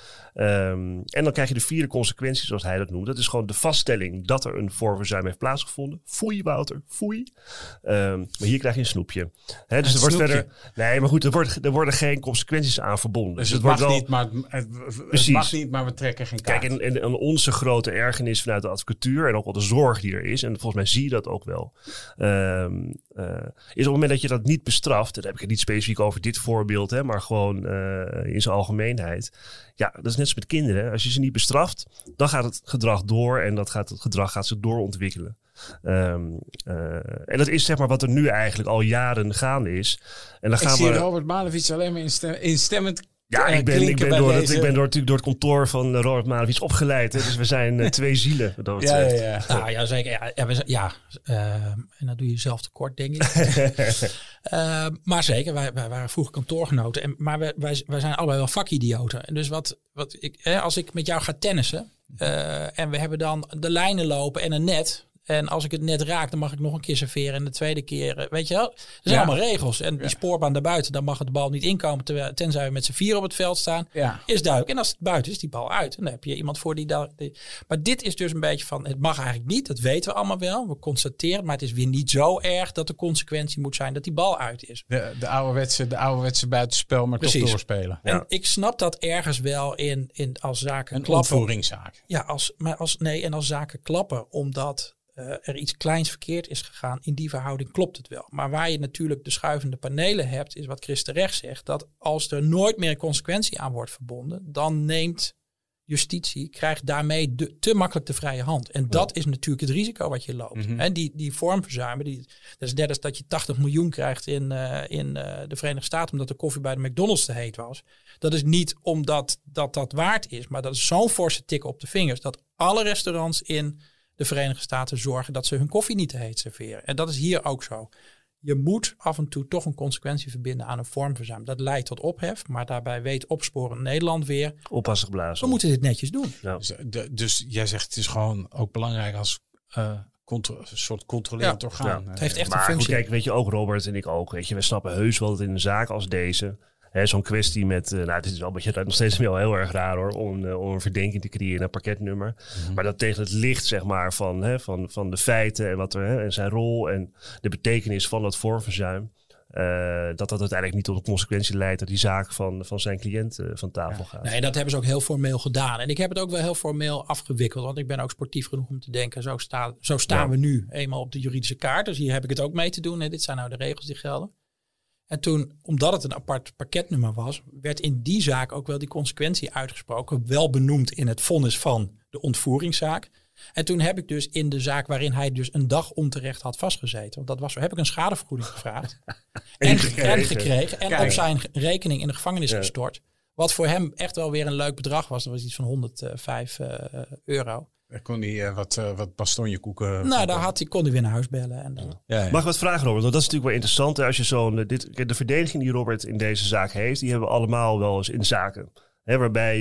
Um, en dan krijg je de vierde consequentie, zoals hij dat noemt. Dat is gewoon de vaststelling dat er een vormverzuim heeft plaatsgevonden. Foei, Wouter, foei. Um, maar hier krijg je een snoepje. He, dus een er wordt snoepje. verder. Nee, maar goed, er, wordt, er worden geen consequenties aan verbonden. Dus, dus het, het mag wordt wel, niet, maar, het, het mag niet, maar we trekken geen kaart. Kijk, en, en, en onze grote ergernis vanuit de advocatuur en ook wel de zorg die er is, en volgens mij zie je dat ook wel, um, uh, is op het moment dat je dat niet bestraft, dan heb ik het niet specifiek over dit voorbeeld, hè, maar gewoon uh, in zijn algemeenheid. Ja, dat is net als met kinderen. Als je ze niet bestraft, dan gaat het gedrag door en dat gaat, het gedrag gaat zich doorontwikkelen. Um, uh, en dat is zeg maar wat er nu eigenlijk al jaren gaande is. En dan ik gaan zie we... Robert Malevich alleen maar instem- instemmend Ja, ik ben, ik ben, door, deze... ik ben door, natuurlijk door het kantoor van Robert Malevic opgeleid. Hè, dus we zijn uh, twee zielen. Dat ja, ja, ja. Nou ja, zeker. Ja, ja, we zijn, ja uh, en dat doe je zelf tekort, denk ik. uh, maar zeker, wij, wij waren vroeger kantoorgenoten. En, maar wij, wij, wij zijn allebei wel vakidioten. En dus wat, wat ik, hè, als ik met jou ga tennissen uh, en we hebben dan de lijnen lopen en een net. En als ik het net raak, dan mag ik nog een keer serveren. En de tweede keer, weet je wel. Er zijn ja. allemaal regels. En die ja. spoorbaan daarbuiten, dan mag het de bal niet inkomen. Terwijl, tenzij we met z'n vier op het veld staan. Ja. Is duidelijk. En als het buiten is, die bal uit. En dan heb je iemand voor die... daar. Maar dit is dus een beetje van, het mag eigenlijk niet. Dat weten we allemaal wel. We constateren. Maar het is weer niet zo erg dat de consequentie moet zijn dat die bal uit is. De, de, ouderwetse, de ouderwetse buitenspel, maar Precies. toch doorspelen. En ja. ik snap dat ergens wel in, in als zaken een klappen. Een ontvoeringszaak. Ja, als, maar als, nee, en als zaken klappen, omdat... Uh, er iets kleins verkeerd is gegaan, in die verhouding klopt het wel. Maar waar je natuurlijk de schuivende panelen hebt, is wat Chris terecht zegt, dat als er nooit meer een consequentie aan wordt verbonden, dan neemt justitie, krijgt daarmee de, te makkelijk de vrije hand. En dat ja. is natuurlijk het risico wat je loopt. Mm-hmm. En die, die vormverzuimen, die, dat is net als dat je tachtig miljoen krijgt in, uh, in uh, de Verenigde Staten, omdat de koffie bij de McDonald's te heet was. Dat is niet omdat dat, dat waard is, maar dat is zo'n forse tik op de vingers, dat alle restaurants in de Verenigde Staten zorgen dat ze hun koffie niet te heet serveren. En dat is hier ook zo. Je moet af en toe toch een consequentie verbinden aan een vormverzuim. Dat leidt tot ophef, maar daarbij weet opsporend Nederland weer... Oppassig blazen. We moeten dit netjes doen. Ja. Dus, de, dus jij zegt het is gewoon ook belangrijk als uh, contro- een soort controlerend ja. orgaan. Ja. Het heeft echt maar een functie. Goed, kijk, weet je ook, Robert en ik ook. Weet je, we snappen heus wel dat in een zaak als deze... He, zo'n kwestie met, uh, nou het is wel een beetje, nog steeds wel heel erg raar hoor, om, uh, om een verdenking te creëren, een parketnummer. Mm-hmm. Maar dat tegen het licht zeg maar van, he, van, van de feiten en, wat er, he, en zijn rol en de betekenis van dat vormverzuim. Uh, dat dat uiteindelijk niet tot de consequentie leidt dat die zaak van, van zijn cliënt uh, van tafel gaat. Nee, dat hebben ze ook heel formeel gedaan. En ik heb het ook wel heel formeel afgewikkeld, want ik ben ook sportief genoeg om te denken, zo, sta, zo staan ja. we nu eenmaal op de juridische kaart. Dus hier heb ik het ook mee te doen. Hè. Dit zijn nou de regels die gelden. En toen, omdat het een apart pakketnummer was, werd in die zaak ook wel die consequentie uitgesproken. Wel benoemd in het vonnis van de ontvoeringszaak. En toen heb ik dus in de zaak waarin hij dus een dag onterecht had vastgezeten. Want dat was zo, heb ik een schadevergoeding gevraagd. en, gekregen. en gekregen. En Kijk. op zijn rekening in de gevangenis ja. gestort. Wat voor hem echt wel weer een leuk bedrag was. Dat was iets van honderdvijf uh, euro. Dan kon hij uh, wat, uh, wat bastonjekoeken... Nou, daar had hij, kon hij weer naar huis bellen. En, uh, ja, ja. Mag ik wat vragen, Robert? Want dat is natuurlijk wel interessant. Hè? Als je zo'n, dit, de verdediging die Robert in deze zaak heeft, die hebben we allemaal wel eens in zaken. Hè, waarbij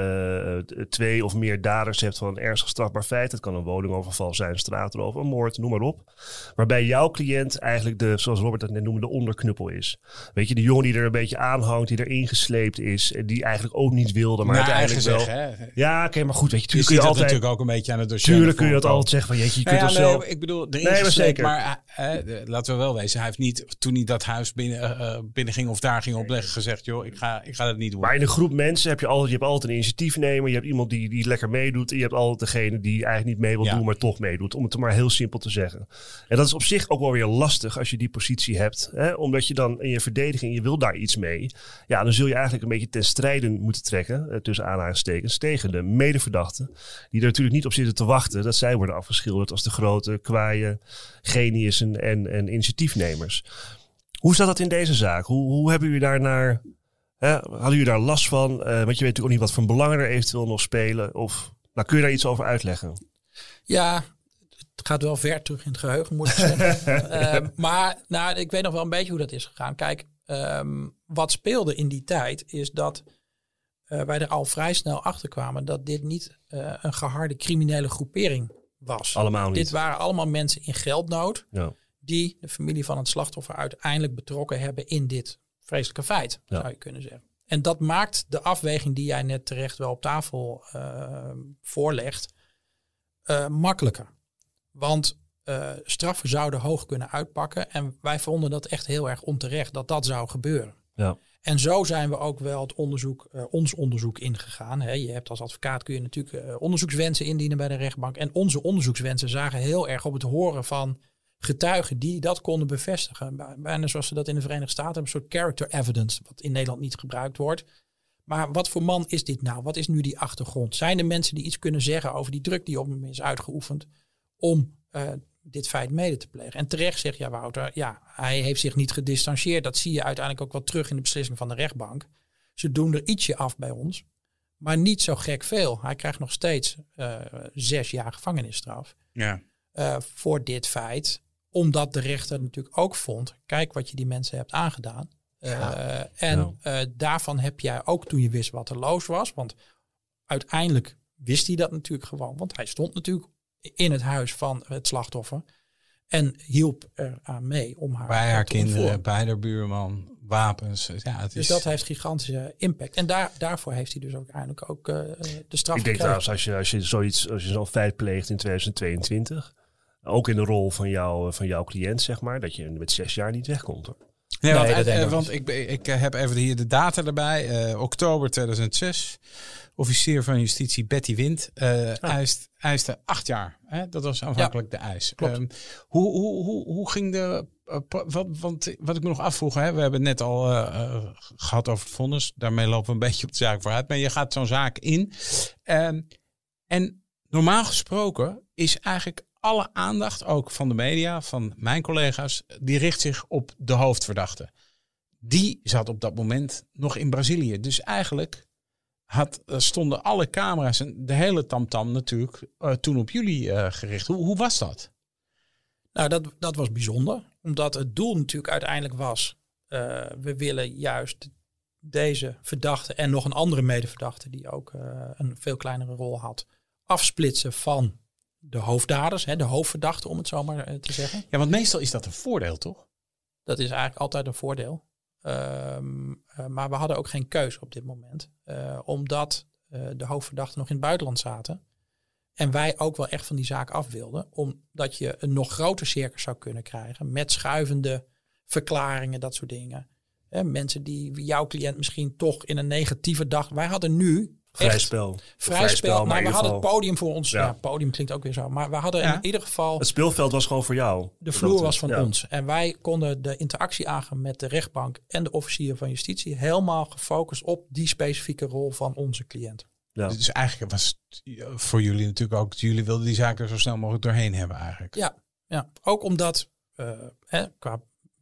je uh, twee of meer daders hebt van een ernstig strafbaar feit. Het kan een woningoverval zijn, een straatroof, een moord, noem maar op. Waarbij jouw cliënt eigenlijk de, zoals Robert dat net noemde, de onderknuppel is. Weet je, de jongen die er een beetje aanhangt, die erin gesleept is. En die eigenlijk ook niet wilde, maar nou, uiteindelijk wel. Zeg, hè? Ja, oké, okay, maar goed, weet je, tuurlijk je kun je altijd... natuurlijk ook een beetje aan het dossier. Tuurlijk kun je dat altijd zeggen van, jeetje, je kunt nou ja, nee, zelf... Ik bedoel, erin nee, gesleept, maar, maar uh, uh, laten we wel wezen. Hij heeft niet, toen hij dat huis binnen, uh, binnen ging of daar ging opleggen, gezegd, joh, ik ga, ik ga dat niet doen. Maar in een groep mensen heb je altijd, je hebt altijd een initiatiefnemer. Je hebt iemand die, die lekker meedoet. En je hebt altijd degene die eigenlijk niet mee wil ja. doen, maar toch meedoet. Om het maar heel simpel te zeggen. En dat is op zich ook wel weer lastig als je die positie hebt. Hè? Omdat je dan in je verdediging, je wil daar iets mee. Ja, dan zul je eigenlijk een beetje ten strijde moeten trekken. Eh, tussen aanhalingstekens. Tegen de medeverdachten. Die er natuurlijk niet op zitten te wachten. Dat zij worden afgeschilderd als de grote, kwaaie geniussen en, en initiatiefnemers. Hoe zat dat in deze zaak? Hoe, hoe hebben jullie daar naar... Hè, hadden jullie daar last van? Uh, want je weet natuurlijk ook niet wat voor belangen er eventueel nog spelen. Of nou, kun je daar iets over uitleggen? Ja, het gaat wel ver terug in het geheugen, moet ik zeggen. uh, maar nou, ik weet nog wel een beetje hoe dat is gegaan. Kijk, um, wat speelde in die tijd is dat uh, wij er al vrij snel achter kwamen dat dit niet uh, een geharde criminele groepering was. Allemaal niet. Dit waren allemaal mensen in geldnood ja. die de familie van het slachtoffer uiteindelijk betrokken hebben in dit vreselijke feit, ja. zou je kunnen zeggen. En dat maakt de afweging die jij net terecht wel op tafel uh, voorlegt, uh, makkelijker. Want uh, straffen zouden hoog kunnen uitpakken. En wij vonden dat echt heel erg onterecht dat dat zou gebeuren. Ja. En zo zijn we ook wel het onderzoek, uh, ons onderzoek ingegaan. Hè. Je hebt als advocaat kun je natuurlijk uh, onderzoekswensen indienen bij de rechtbank. En onze onderzoekswensen zagen heel erg op het horen van getuigen die dat konden bevestigen. Bijna zoals ze dat in de Verenigde Staten hebben, een soort character evidence, wat in Nederland niet gebruikt wordt. Maar wat voor man is dit nou? Wat is nu die achtergrond? Zijn er mensen die iets kunnen zeggen over die druk die op hem is uitgeoefend om uh, dit feit mede te plegen? En terecht zegt ja, Wouter, ja, hij heeft zich niet gedistanceerd. Dat zie je uiteindelijk ook wel terug in de beslissing van de rechtbank. ze doen er ietsje af bij ons. Maar niet zo gek veel. Hij krijgt nog steeds uh, zes jaar gevangenisstraf. Ja. Uh, voor dit feit. Omdat de rechter natuurlijk ook vond. Kijk wat je die mensen hebt aangedaan. Uh, ja. En ja. Uh, daarvan heb jij ook toen je wist wat er los was. Want uiteindelijk wist hij dat natuurlijk gewoon. Want hij stond natuurlijk in het huis van het slachtoffer. En hielp er aan mee om haar bij haar kinderen, bij haar buurman, wapens. Ja, het dus is... dat heeft gigantische impact. En daar, daarvoor heeft hij dus ook uiteindelijk ook uh, de straf Ik denk trouwens, als je, als je zoiets, als je zo'n feit pleegt in tweeduizend tweeëntwintig, ook in de rol van, jou, van jouw cliënt, zeg maar, dat je met zes jaar niet wegkomt, hoor. Nee, want, nee, dat uh, want ik, ik heb even hier de data erbij. Uh, oktober tweeduizend zes. Officier van Justitie Betty Wind uh, ja. eist, eiste acht jaar. Hè? Dat was aanvankelijk ja, de eis. Um, hoe, hoe, hoe, hoe ging de... Uh, wat, want wat ik me nog afvroeg, hè, we hebben het net al uh, uh, gehad over het vonnis. Daarmee lopen we een beetje op de zaak vooruit. Maar je gaat zo'n zaak in. Um, en normaal gesproken is eigenlijk alle aandacht, ook van de media, van mijn collega's, die richt zich op de hoofdverdachte. Die zat op dat moment nog in Brazilië. Dus eigenlijk had, stonden alle camera's en de hele tamtam natuurlijk uh, toen op jullie uh, gericht. Hoe, hoe was dat? Nou, dat, dat was bijzonder. Omdat het doel natuurlijk uiteindelijk was, uh, we willen juist deze verdachte en nog een andere medeverdachte die ook uh, een veel kleinere rol had, afsplitsen van de hoofddaders, hè, de hoofdverdachte, om het zo maar te zeggen. Ja, want meestal is dat een voordeel, toch? Dat is eigenlijk altijd een voordeel. Um, uh, maar we hadden ook geen keus op dit moment. Uh, omdat uh, de hoofdverdachten nog in het buitenland zaten. En wij ook wel echt van die zaak af wilden. Omdat je een nog groter circus zou kunnen krijgen. Met schuivende verklaringen, dat soort dingen. Hè, mensen die jouw cliënt misschien toch in een negatieve dag... Wij hadden nu... Vrij spel. Vrij, vrij spel. spel maar we hadden het podium voor ons. Ja. ja, podium klinkt ook weer zo. Maar we hadden ja. in ieder geval... Het speelveld was gewoon voor jou. De vloer was van ja. ons. En wij konden de interactie aangaan met de rechtbank en de officier van justitie. Helemaal gefocust op die specifieke rol van onze cliënt. Ja. Dus eigenlijk was het voor jullie natuurlijk ook... Jullie wilden die zaken er zo snel mogelijk doorheen hebben eigenlijk. Ja, ja. Ook omdat uh, hè, qua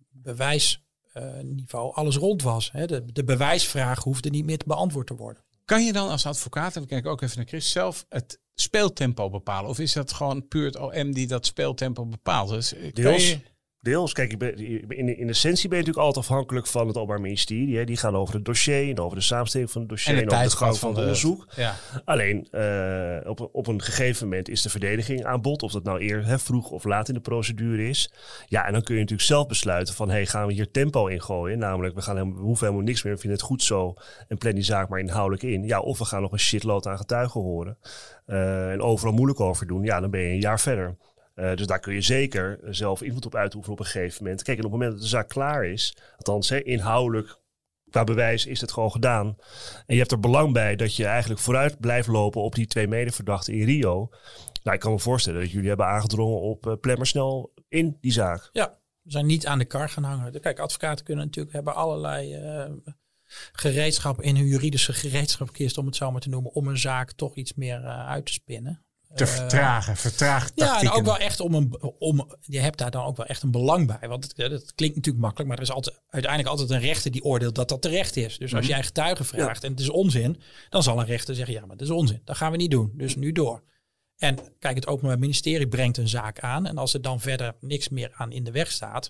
bewijsniveau uh, alles rond was. Hè. De, de bewijsvraag hoefde niet meer beantwoord te worden. Kan je dan als advocaat, en dan kijk ik ook even naar Chris, zelf het speeltempo bepalen? Of is dat gewoon puur het O M die dat speeltempo bepaalt? Dus deels, je... deels. Kijk, in, in essentie ben je natuurlijk altijd afhankelijk van het Openbaar Ministerie. Hè. Die gaan over het dossier en over de samenstelling van het dossier en, en, en over de gang van het onderzoek. Ja. Alleen uh, op, op een gegeven moment is de verdediging aan bod. Of dat nou eer hè, vroeg of laat in de procedure is. Ja, en dan kun je natuurlijk zelf besluiten van... hey, gaan we hier tempo in gooien? Namelijk, we, gaan helemaal, we hoeven helemaal niks meer. We vinden het goed zo en plan die zaak maar inhoudelijk in. Ja, of we gaan nog een shitload aan getuigen horen. Uh, en overal moeilijk over doen. Ja, dan ben je een jaar verder. Uh, dus daar kun je zeker zelf invloed op uitoefenen op een gegeven moment. Kijk, en op het moment dat de zaak klaar is... althans, hè, inhoudelijk... Qua bewijs is het gewoon gedaan. En je hebt er belang bij dat je eigenlijk vooruit blijft lopen op die twee medeverdachten in Rio. Nou, ik kan me voorstellen dat jullie hebben aangedrongen op uh, plemmersnel in die zaak. Ja, we zijn niet aan de kar gaan hangen. Kijk, advocaten kunnen natuurlijk hebben allerlei uh, gereedschap in hun juridische gereedschapkist, om het zo maar te noemen, om een zaak toch iets meer uh, uit te spinnen. Te vertragen, vertraagtactieken. Ja, en ook wel echt om een, om, je hebt daar dan ook wel echt een belang bij. Want het, dat klinkt natuurlijk makkelijk, maar er is altijd, uiteindelijk altijd een rechter die oordeelt dat dat terecht is. Dus als jij getuigen vraagt ja. en het is onzin, dan zal een rechter zeggen, ja, maar dat is onzin. Dat gaan we niet doen, dus nu door. En kijk, het Openbaar Ministerie brengt een zaak aan. En als er dan verder niks meer aan in de weg staat,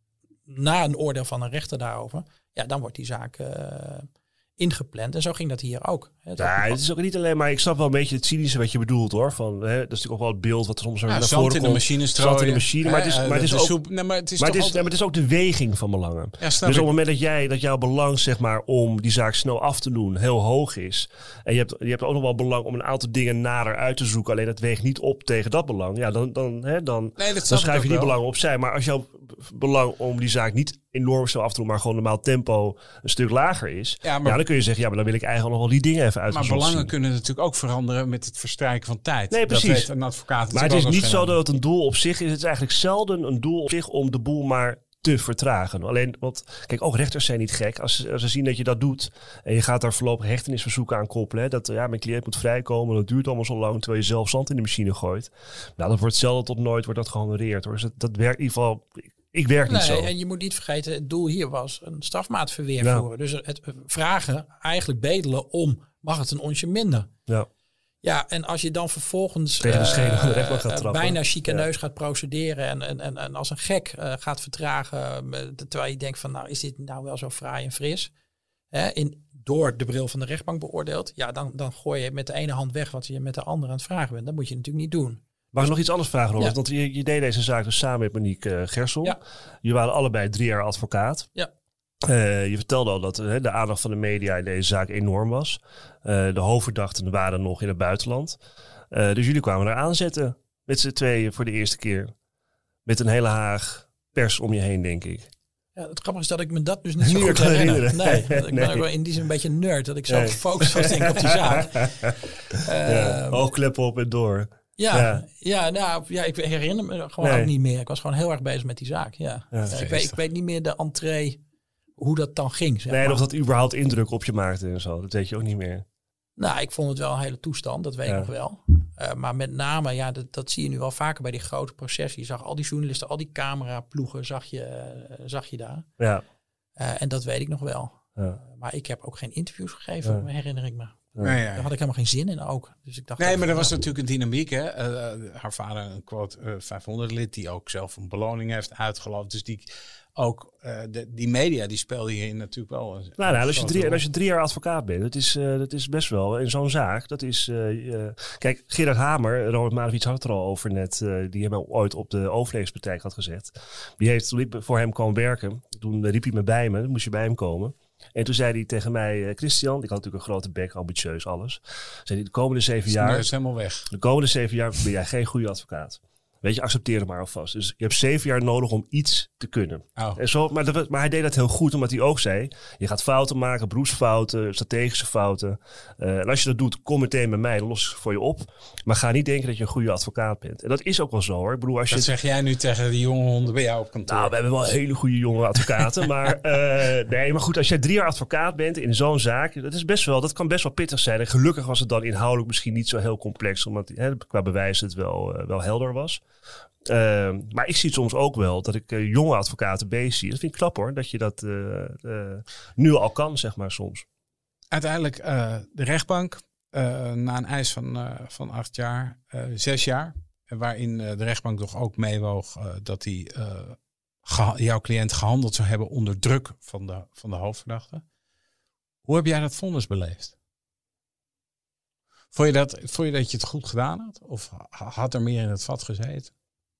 na een oordeel van een rechter daarover, ja, dan wordt die zaak... Uh, ingepland. En zo ging dat hier ook. Het, ja, het is ook niet alleen maar... Ik snap wel een beetje het cynische wat je bedoelt, hoor. Van, hè, dat is natuurlijk ook wel het beeld wat er soms ja, naar voren komt. in de machine strooien. Zand in de machine. Maar het is, maar het is ook... Soep, nee, maar het is, maar het is, altijd... nee, maar het is ook de weging van belangen. Ja, dus op het moment dat jij, dat jouw belang, zeg maar, om die zaak snel af te doen, heel hoog is. En je hebt, je hebt ook nog wel belang om een aantal dingen nader uit te zoeken. Alleen dat weegt niet op tegen dat belang. Ja, dan, dan, hè, dan, nee, dan schrijf je die belangen opzij. Maar als jouw belang om die zaak niet enorm snel af te doen, maar gewoon normaal tempo een stuk lager is. Ja, maar, ja, dan kun je zeggen, ja, maar dan wil ik eigenlijk nog wel die dingen even uitgezocht Maar belangen zien. kunnen natuurlijk ook veranderen met het verstrijken van tijd. Nee, precies. Dat weet een advocaat. Maar het is niet zo dat het een doel op zich is. Het is eigenlijk zelden een doel op zich om de boel maar te vertragen. Alleen, want kijk, ook rechters zijn niet gek. Als, als ze zien dat je dat doet en je gaat daar voorlopig hechtenisverzoeken aan koppelen, hè, dat ja, mijn cliënt moet vrijkomen, dat duurt allemaal zo lang, terwijl je zelf zand in de machine gooit. Nou, dat wordt zelden tot nooit wordt dat gehonoreerd, hoor. Dus dat, dat werkt in ieder geval... Ik werk niet nee, zo. En je moet niet vergeten, het doel hier was een strafmaatverweer Ja. voeren. Dus het vragen, eigenlijk bedelen om, mag het een onsje minder? Ja. Ja, en als je dan vervolgens Tegen de schedel van de uh, rechtbank gaat uh, trappen. bijna chicaneus ja. gaat procederen en, en, en, en als een gek uh, gaat vertragen, uh, terwijl je denkt van nou is dit nou wel zo fraai en fris? Hè, in, door de bril van de rechtbank beoordeeld, ja, dan, dan gooi je met de ene hand weg wat je met de andere aan het vragen bent. Dat moet je natuurlijk niet doen. Mag ik nog iets anders vragen, Robert? Ja. Want je, je deed deze zaak dus samen met Monique uh, Gersel. Ja. Je waren allebei drie jaar advocaat. Ja. Uh, je vertelde al dat uh, de aandacht van de media in deze zaak enorm was. Uh, de hoofdverdachten waren nog in het buitenland. Uh, dus jullie kwamen er aanzetten met z'n tweeën voor de eerste keer. Met een hele haag pers om je heen, denk ik. Ja, het grappige is dat ik me dat dus niet zo niet goed kan herinner. herinneren. Nee, ik ben Nee. ook wel in die zin een beetje een nerd. Dat ik zo Nee. gefocust was denk ik op die zaak. Ja, Uh, oogkleppen op en door. Ja, Ja. ja. Nou, ja, ik herinner me gewoon Nee. ook niet meer. Ik was gewoon heel erg bezig met die zaak. Ja. Ja, Ja, ik, weet, ik weet niet meer de entree, hoe dat dan ging. Zeg Nee, maar. of dat überhaupt indruk op je maakte en zo. Dat weet je ook niet meer. Nou, ik vond het wel een hele toestand, dat weet Ja. ik nog wel. Uh, maar met name, ja, dat, dat zie je nu wel vaker bij die grote processen. Je zag al die journalisten, al die cameraploegen, zag je, uh, zag je daar. Ja. Uh, en dat weet ik nog wel. Ja. Uh, maar ik heb ook geen interviews gegeven, Ja. herinner ik me. Ja. Nee, ja. Daar had ik helemaal geen zin in ook. Dus ik dacht Nee, dat- maar er was ja. natuurlijk een dynamiek. Hè? Uh, haar vader, een quote uh, vijfhonderd lid, die ook zelf een beloning heeft uitgeloofd. Dus die ook uh, de, die media, die speelde hierin natuurlijk wel. Een, Nou, nou, als, je grote drie, rol. als je drie jaar advocaat bent, dat is, uh, dat is best wel in zo'n zaak. Dat is, uh, uh, kijk, Gerard Hamer, Robert Marovic had het er al over net, uh, die hem ooit op de overlevingspraktijk had gezet. Die heeft, toen ik voor hem kwam werken, toen riep hij me bij me, dan moest je bij hem komen. En toen zei hij tegen mij, uh, Christian, ik had natuurlijk een grote bek, ambitieus, alles. Zei hij, de komende zeven Zijn jaar, neus helemaal weg. de komende zeven jaar ben jij geen goede advocaat. Weet je, accepteer het maar alvast. Dus je hebt zeven jaar nodig om iets te kunnen. Oh. En zo, maar, dat, maar hij deed dat heel goed, omdat hij ook zei, je gaat fouten maken, beroepsfouten, strategische fouten. Uh, en als je dat doet, kom meteen bij mij, dan los ik het voor je op. Maar ga niet denken dat je een goede advocaat bent. En dat is ook wel zo hoor. Ik bedoel, als je Dat zeg jij nu tegen die jonge honden bij jou op kantoor. nou, we hebben wel hele goede jonge advocaten. maar, uh, nee, maar goed, als jij drie jaar advocaat bent in zo'n zaak, dat, is best wel, dat kan best wel pittig zijn. En gelukkig was het dan inhoudelijk misschien niet zo heel complex, omdat hè, qua bewijs het wel, uh, wel helder was. Uh, maar ik zie soms ook wel dat ik uh, jonge advocaten bezig zie. Dat vind ik knap hoor, dat je dat uh, uh, nu al kan, zeg maar soms. Uiteindelijk uh, de rechtbank, uh, na een eis van, uh, van acht jaar, uh, zes jaar. Waarin uh, de rechtbank toch ook meewoog uh, dat die, uh, geha- jouw cliënt gehandeld zou hebben onder druk van de, van de hoofdverdachte. Hoe heb jij dat vonnis beleefd? Vond je, dat, vond je dat je het goed gedaan had? Of had er meer in het vat gezeten?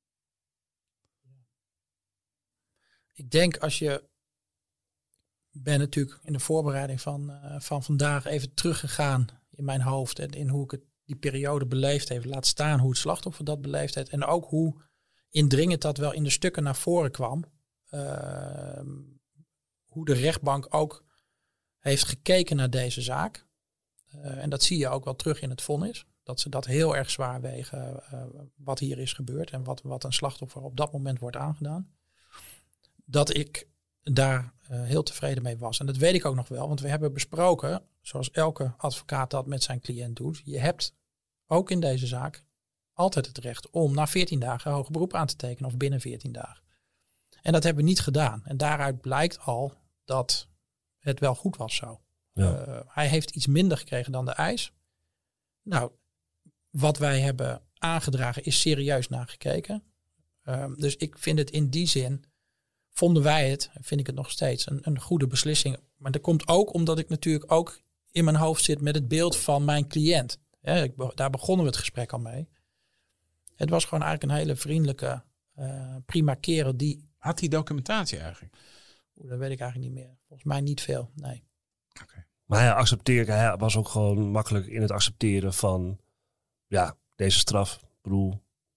Ik denk als je... Ik ben natuurlijk in de voorbereiding van, uh, van vandaag even teruggegaan in mijn hoofd. En in hoe ik het, die periode beleefd heb. Laat staan hoe het slachtoffer dat beleefd heeft. En ook hoe indringend dat wel in de stukken naar voren kwam. Uh, hoe de rechtbank ook heeft gekeken naar deze zaak. Uh, en dat zie je ook wel terug in het vonnis. Dat ze dat heel erg zwaar wegen uh, wat hier is gebeurd. En wat, wat een slachtoffer op dat moment wordt aangedaan. Dat ik daar uh, heel tevreden mee was. En dat weet ik ook nog wel. Want we hebben besproken, zoals elke advocaat dat met zijn cliënt doet. Je hebt ook in deze zaak altijd het recht om na veertien dagen hoger beroep aan te tekenen. Of binnen veertien dagen. En dat hebben we niet gedaan. En daaruit blijkt al dat het wel goed was zo. Ja. Uh, hij heeft iets minder gekregen dan de eis. Nou, wat wij hebben aangedragen is serieus nagekeken. Uh, dus ik vind het in die zin, vonden wij het, vind ik het nog steeds, een, een goede beslissing. Maar dat komt ook omdat ik natuurlijk ook in mijn hoofd zit met het beeld van mijn cliënt. Ja, ik, daar begonnen we het gesprek al mee. Het was gewoon eigenlijk een hele vriendelijke, uh, prima kerel die... Had die documentatie eigenlijk? Oeh, dat weet ik eigenlijk niet meer. Volgens mij niet veel, nee. Okay. Maar hij accepteerde, hij was ook gewoon makkelijk in het accepteren van ja, deze straf. Ik bedoel.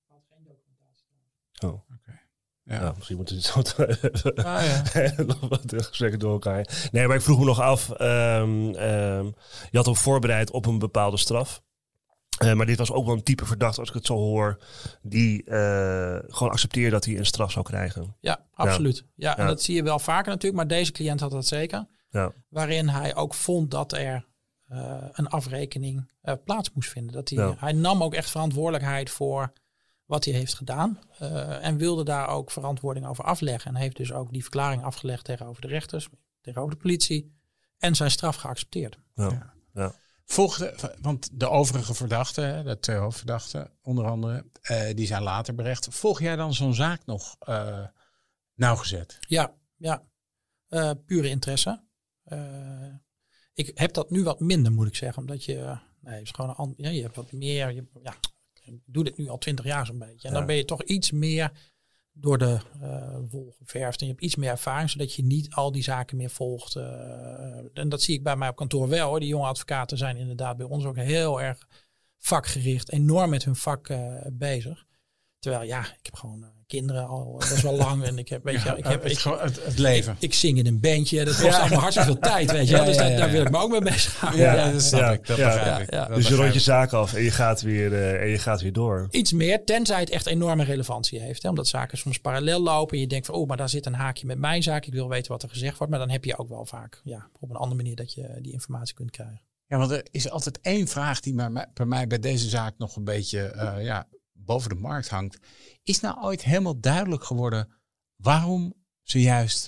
Oh. Okay. Ja. ja, misschien moeten we het zo ah, ja. nog wat gesprekken door elkaar. Nee, maar ik vroeg me nog af. Um, um, je had ook voorbereid op een bepaalde straf. Uh, maar dit was ook wel een type verdachte, als ik het zo hoor, die uh, gewoon accepteerde dat hij een straf zou krijgen. Ja, absoluut. Ja, ja, en ja. dat zie je wel vaker natuurlijk, maar deze cliënt had dat zeker. Ja. Waarin hij ook vond dat er uh, een afrekening uh, plaats moest vinden. Dat hij, ja. hij nam ook echt verantwoordelijkheid voor wat hij heeft gedaan. Uh, en wilde daar ook verantwoording over afleggen. En heeft dus ook die verklaring afgelegd tegenover de rechters, tegenover de politie. En zijn straf geaccepteerd. Ja. Ja. Ja. Volgde, want de overige verdachten, de twee hoofdverdachten onder andere, uh, die zijn later berecht. Volg jij dan zo'n zaak nog uh, nauwgezet? Ja, ja. Uh, pure interesse. Uh, ik heb dat nu wat minder, moet ik zeggen. Omdat je, uh, nee, is gewoon een, ja, je hebt wat meer. Je, ja, ik doe dit nu al twintig jaar zo'n beetje. En ja. dan ben je toch iets meer door de uh, wol geverfd. En je hebt iets meer ervaring, zodat je niet al die zaken meer volgt. Uh, en dat zie ik bij mij op kantoor wel. Hoor. Die jonge advocaten zijn inderdaad bij ons ook heel erg vakgericht. Enorm met hun vak uh, bezig. Terwijl ja, ik heb gewoon uh, kinderen al best wel lang. En ik heb, weet je, ja, ik heb het, ik, het, het leven. Ik, ik zing in een bandje. Dat kost ja. allemaal hartstikke veel tijd, weet je. Ja, dus ja, ja, ja. daar wil ik me ook mee bezighouden. Ja, ja, dat snap ja, ik. Dat ja, begrijp ja, ik. Ja. Dat dus je rond je zaak af en je gaat weer, uh, en je gaat weer door. Iets meer, tenzij het echt enorme relevantie heeft. Hè, omdat zaken soms parallel lopen. En je denkt van, oh, maar daar zit een haakje met mijn zaak. Ik wil weten wat er gezegd wordt. Maar dan heb je ook wel vaak ja, op een andere manier dat je die informatie kunt krijgen. Ja, want er is altijd één vraag die bij mij bij deze zaak nog een beetje uh, ja, boven de markt hangt. Is nou ooit helemaal duidelijk geworden waarom ze juist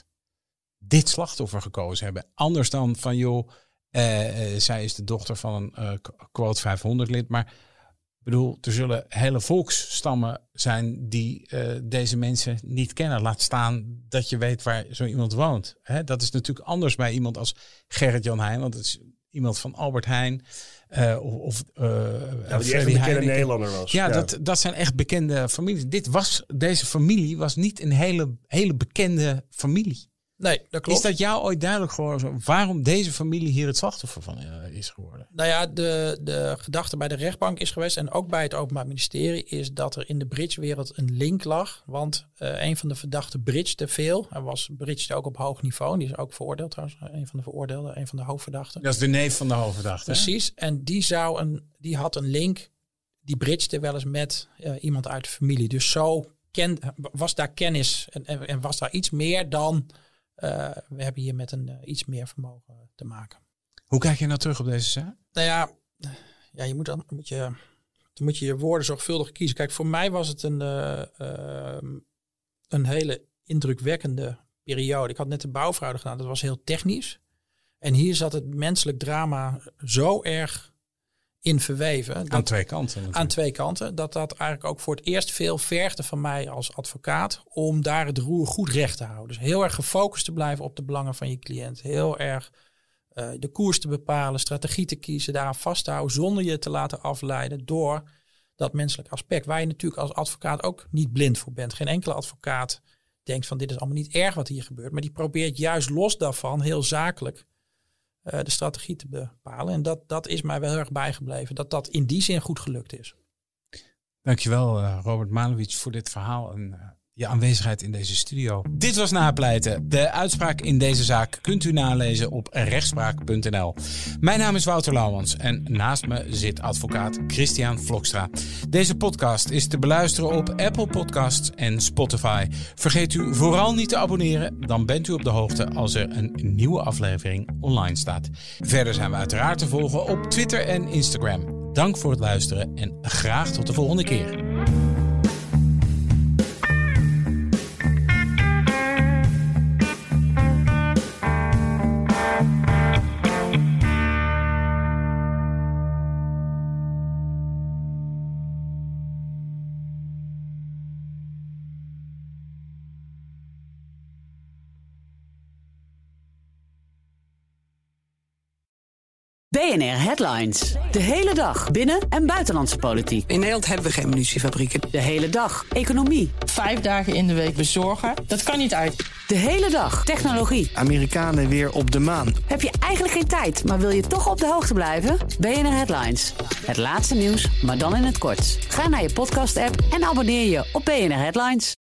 dit slachtoffer gekozen hebben? Anders dan van, joh, uh, uh, zij is de dochter van een uh, quote vijfhonderd lid. Maar ik bedoel, er zullen hele volksstammen zijn die uh, deze mensen niet kennen. Laat staan dat je weet waar zo iemand woont. Hè? Dat is natuurlijk anders bij iemand als Gerrit-Jan Heijn, want het is iemand van Albert Heijn. Uh, of uh, ja, die echt een bekende Nederlander was. Ja, ja. Dat, dat zijn echt bekende families. Dit was, deze familie was niet een hele, hele bekende familie. Nee, dat klopt. Is dat jou ooit duidelijk geworden waarom deze familie hier het slachtoffer van uh, is geworden? Nou ja, de, de gedachte bij de rechtbank is geweest en ook bij het Openbaar Ministerie is dat er in de bridgewereld een link lag. Want uh, een van de verdachten bridgede veel. Hij was bridgede ook op hoog niveau. Die is ook veroordeeld trouwens. Een van de veroordeelden, een van de hoofdverdachten. Dat is de neef van de hoofdverdachte. Precies. Hè? En die, zou een, die had een link. Die bridgede wel eens met uh, iemand uit de familie. Dus zo ken, was daar kennis en, en, en was daar iets meer dan... Uh, we hebben hier met een uh, iets meer vermogen te maken. Hoe kijk je nou terug op deze zaak? Nou ja, ja je moet dan, moet je, dan moet je je woorden zorgvuldig kiezen. Kijk, voor mij was het een, uh, uh, een hele indrukwekkende periode. Ik had net de bouwfraude gedaan, dat was heel technisch. En hier zat het menselijk drama zo erg in verweven. Aan dat, twee kanten. Natuurlijk. Aan twee kanten. Dat dat eigenlijk ook voor het eerst veel vergde van mij als advocaat. Om daar het roer goed recht te houden. Dus heel erg gefocust te blijven op de belangen van je cliënt. Heel erg uh, de koers te bepalen. Strategie te kiezen. Daaraan vast te houden. Zonder je te laten afleiden door dat menselijk aspect. Waar je natuurlijk als advocaat ook niet blind voor bent. Geen enkele advocaat denkt van dit is allemaal niet erg wat hier gebeurt. Maar die probeert juist los daarvan heel zakelijk Uh, de strategie te bepalen. En dat, dat is mij wel heel erg bijgebleven. Dat dat in die zin goed gelukt is. Dankjewel uh, Robert Malewitsch voor dit verhaal en uh, je aanwezigheid in deze studio. Dit was Napleiten. De uitspraak in deze zaak kunt u nalezen op rechtspraak punt n l. Mijn naam is Wouter Lauwmans en naast me zit advocaat Christian Vlokstra. Deze podcast is te beluisteren op Apple Podcasts en Spotify. Vergeet u vooral niet te abonneren, dan bent u op de hoogte als er een nieuwe aflevering online staat. Verder zijn we uiteraard te volgen op Twitter en Instagram. Dank voor het luisteren en graag tot de volgende keer. B N R Headlines. De hele dag binnen- en buitenlandse politiek. In Nederland hebben we geen munitiefabrieken. De hele dag economie. Vijf dagen in de week bezorgen, dat kan niet uit. De hele dag technologie. Amerikanen weer op de maan. Heb je eigenlijk geen tijd, maar wil je toch op de hoogte blijven? B N R Headlines. Het laatste nieuws, maar dan in het kort. Ga naar je podcast-app en abonneer je op B N R Headlines.